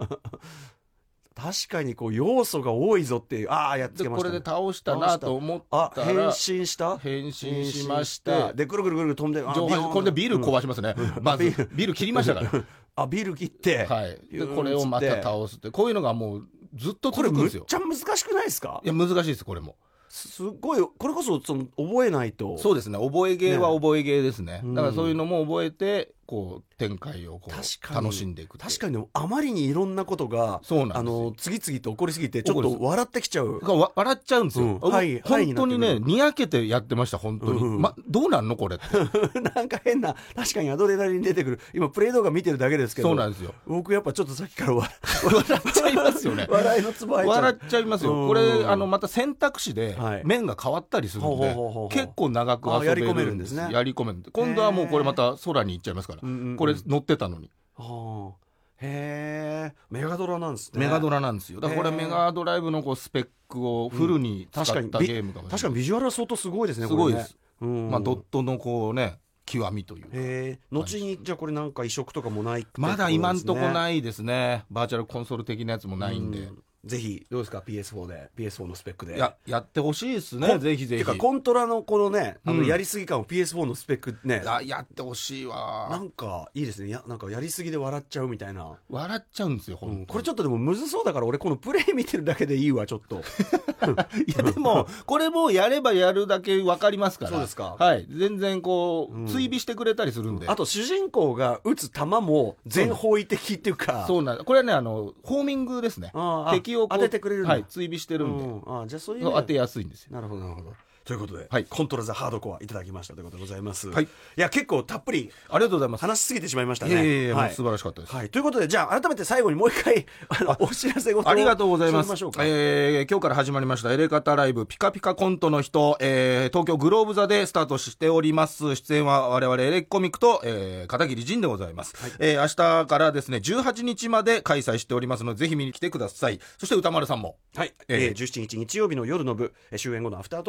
確かにこう要素が多いぞっていう、ああやっつけました、ね、 これで倒したなと思ったら変身した変身しましてでぐるぐるぐる飛んで上半これでビル壊しますね、うん、まずビル切りましたからあビル切って、 はい、でこれをまた倒すってこういうのがもうずっと続くんですよ。 これむっちゃ難しくないですか。 いや難しいですこれもすごいこれこそその覚えないと。 そうですね覚えゲーは覚えゲーですね、ね、だからそういうのも覚えてこう展開をこう楽しんでいく。 確かにあまりにいろんなことがそうなんですあの次々と起こりすぎてちょっと笑ってきちゃう。 わ笑っちゃうんですよ、うんはい、本当にね、はい、にやけてやってました本当に、うんま、どうなんのこれってなんか変な確かにアドレナリン出てくる。今プレイ動画見てるだけですけどそうなんですよ。 僕やっぱちょっとさっきから笑っちゃいますよね笑いのツボ入っちゃう。 笑っちゃいますよ。これあのまた選択肢で面が変わったりするんで、はい、結構長く遊べるんです。やり込めるんですね。やり込める。今度はもうこれまた空に行っちゃいますから、うんうんうん、これ乗ってたのに。 はあ、へえメガドラなんですね。 メガドラなんですよ。だからこれメガドライブのこうスペックをフルに使ったゲームかもしれない、うん、確かに確かにビジュアルは相当すごいですね。 すごいです、 これね、うんまあ、ドットのこうね極みというか。 へ後にじゃあこれなんか移植とかもない、ね、 まだ今んとこないですね。バーチャルコンソール的なやつもないんで、うんぜひどうですか ピーエスフォー で ピーエスフォー のスペックでややってほしいですね。ぜひぜひ。 てかコントラのこのねあのやりすぎ感を ピーエスフォー のスペックね、 うん、やってほしいわ。なんかいいですね。やなんかやりすぎで笑っちゃうみたいな。 笑っちゃうんですよ、 うん、これちょっとでもむずそうだから俺このプレイ見てるだけでいいわちょっといやでもこれもやればやるだけ分かりますから。 そうですか。 はい全然こう、うん、追尾してくれたりするんで。 あと主人公が撃つ弾も全方位的っていうかそうなんこれはねあのホーミングですね。敵をこう当ててくれるんだ。 はい、追尾してるんで、うん、あじゃあそういう、ね、当てやすいんですよ。 なるほどなるほど。ということで、 はい、 コントラザハードコアいただきましたということでございます、 はい、いや結構たっぷりありがとうございます話しすぎてしまいましたね。 いやいやいや、はい、素晴らしかったです、 はい、ということでじゃあ改めて最後にもう一回あのお知らせごとをありがとうございます。 ましょうか。 えー、今日から始まりましたエレカタライブピカピカコントの人、えー、東京グローブ座でスタートしております。出演は我々エレコミックと、えー、片桐仁でございます、はいえー、明日からですねじゅうはちにちまで開催しておりますのでぜひ見に来てください。そして歌丸さんもはい、えーえー、じゅうしちにち日曜日の夜の部終演後のアフタートークに参加して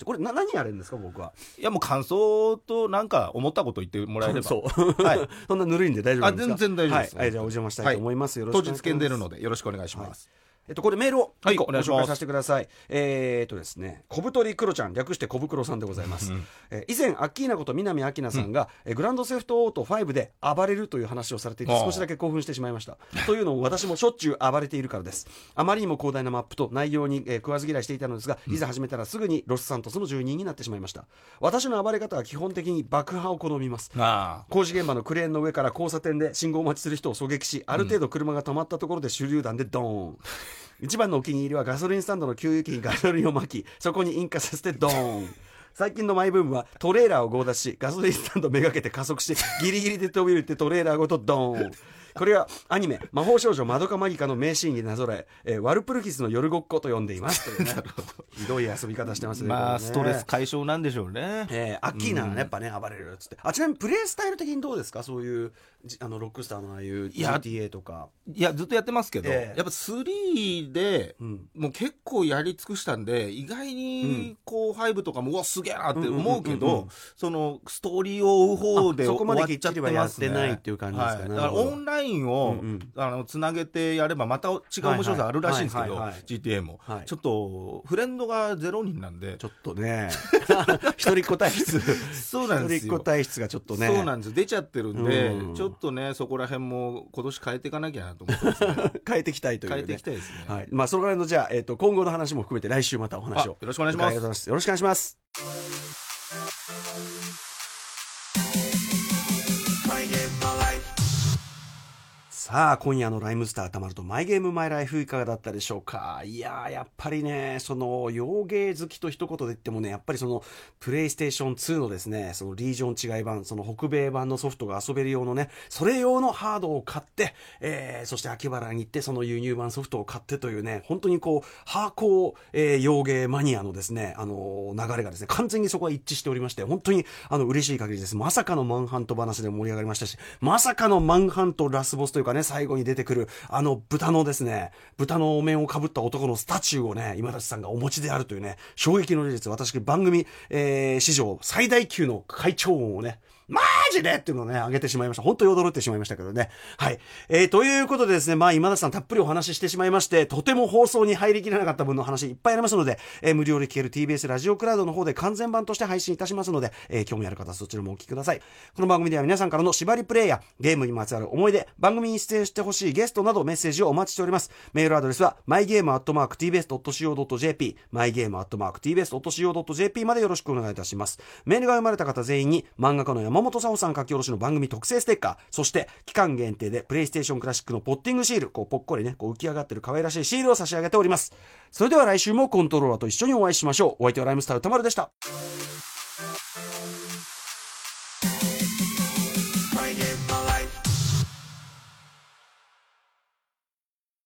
して、これな何やれるんですか僕は。 いやもう感想となんか思ったこと言ってもらえれば。 そう、はい、そんなぬるいんで大丈夫なんですか。 あ全然大丈夫です、 はい、はい、じゃあお邪魔したいと思います、はい、よろしくお願いします。 当日券出るのでよろしくお願いします、 はい。えっと、これメールをいっこごはい、 紹介させてください。えー、っとですね、小太りクロちゃん、略して小袋さんでございます。うん、えー、以前、アッキーナこと南明菜さんが、うん、えー、グランドセフトオートファイブで暴れるという話をされていて、少しだけ興奮してしまいました。というのも、私もしょっちゅう暴れているからです。あまりにも広大なマップと内容に、えー、食わず嫌いしていたのですが、いざ始めたらすぐにロスサントスの住人になってしまいました。私の暴れ方は基本的に爆破を好みます。あ工事現場のクレーンの上から交差点で信号待ちする人を狙撃し、ある程度車が止まったところで手榴弾でドーン。一番のお気に入りはガソリンスタンドの給油機にガソリンをまき、そこに引火させてドーン。最近のマイブームはトレーラーを強奪し、ガソリンスタンドめがけて加速してギリギリで飛び降りてトレーラーごとドーン。これはアニメ魔法少女まどかマギカの名シーンになぞらええー、ワルプルギスの夜ごっこと呼んでいますというねひどい遊び方してますね。 まあ、 ね、 ストレス解消なんでしょうね。 えー、アッキーナはねやっぱね暴れるっつって。あ、ちなみにプレイスタイル的にどうですか、そういうあのロックスターのああいう ジーティーエー とか。 いやずっとやってますけど、 えー、 やっぱスリーで、うん、もう結構やり尽くしたんで意外にこう、うん、ファイブとかもうわすげえなって思うけど、そのストーリーを追う方で終わっちゃってますね。 やってないっていう感じですかね。 はい、だからオンラインを、うんうん、あのつなげてやればまた違う面白さあるらしいんですけど ジーティーエー も、はい、ちょっとフレンドがゼロにんなんでちょっとね一人っ子体質そうなんですよ。 一人っ子体質がちょっとねそうなんです出ちゃってるんで、うん、ちょっとねそこら辺も今年変えていかなきゃなと思ってます、ね、 変えていきたいという、ね、 変えていきたいですね。 はい、まあそのぐらいのじゃあ、えーと、今後の話も含めて来週またお話をよろしくお願いします。 よろしくお願いします。さあ今夜のライムスターたまるとマイゲームマイライフいかがだったでしょうか。いやーやっぱりねその洋芸好きと一言で言ってもねやっぱりそのプレイステーションツーのですねそのリージョン違い版その北米版のソフトが遊べる用のねそれ用のハードを買って、えー、そして秋葉原に行ってその輸入版ソフトを買ってというね本当にこうハーコー、えー、洋芸マニアのですねあのー、流れがですね完全にそこは一致しておりまして本当にあの嬉しい限りです。まさかのマンハント話で盛り上がりましたしまさかのマンハントラスボスというかね最後に出てくるあの豚のですね豚のお面をかぶった男のスタチューをね今立さんがお持ちであるというね衝撃の事実。私番組、えー、史上最大級の会長音をねマジでっていうのをね上げてしまいました。本当に驚いてしまいましたけどね。はい、えー、ということでですねまあ今立さんたっぷりお話ししてしまいましてとても放送に入りきれなかった分の話いっぱいありますので、えー、無料で聞ける ティービーエス ラジオクラウドの方で完全版として配信いたしますので、えー、興味ある方はそちらもお聞きください。この番組では皆さんからの縛りプレイやゲームにまつわる思い出番組に出演してほしいゲストなどメッセージをお待ちしております。メールアドレスは マイゲームアットマークティービーエスドットシーオードットジェーピー マイゲームアットマークティービーエスドットシーオードットジェーピー までよろしくお願いいたします。メールが読まれた方全員に漫画家の山本沙帆さん書き下ろしの番組特製ステッカーそして期間限定でプレイステーションクラシックのポッティングシールこうぽっこりねこう浮き上がってる可愛らしいシールを差し上げております。それでは来週もコントローラーと一緒にお会いしましょう。お相手はライムスター歌丸でした。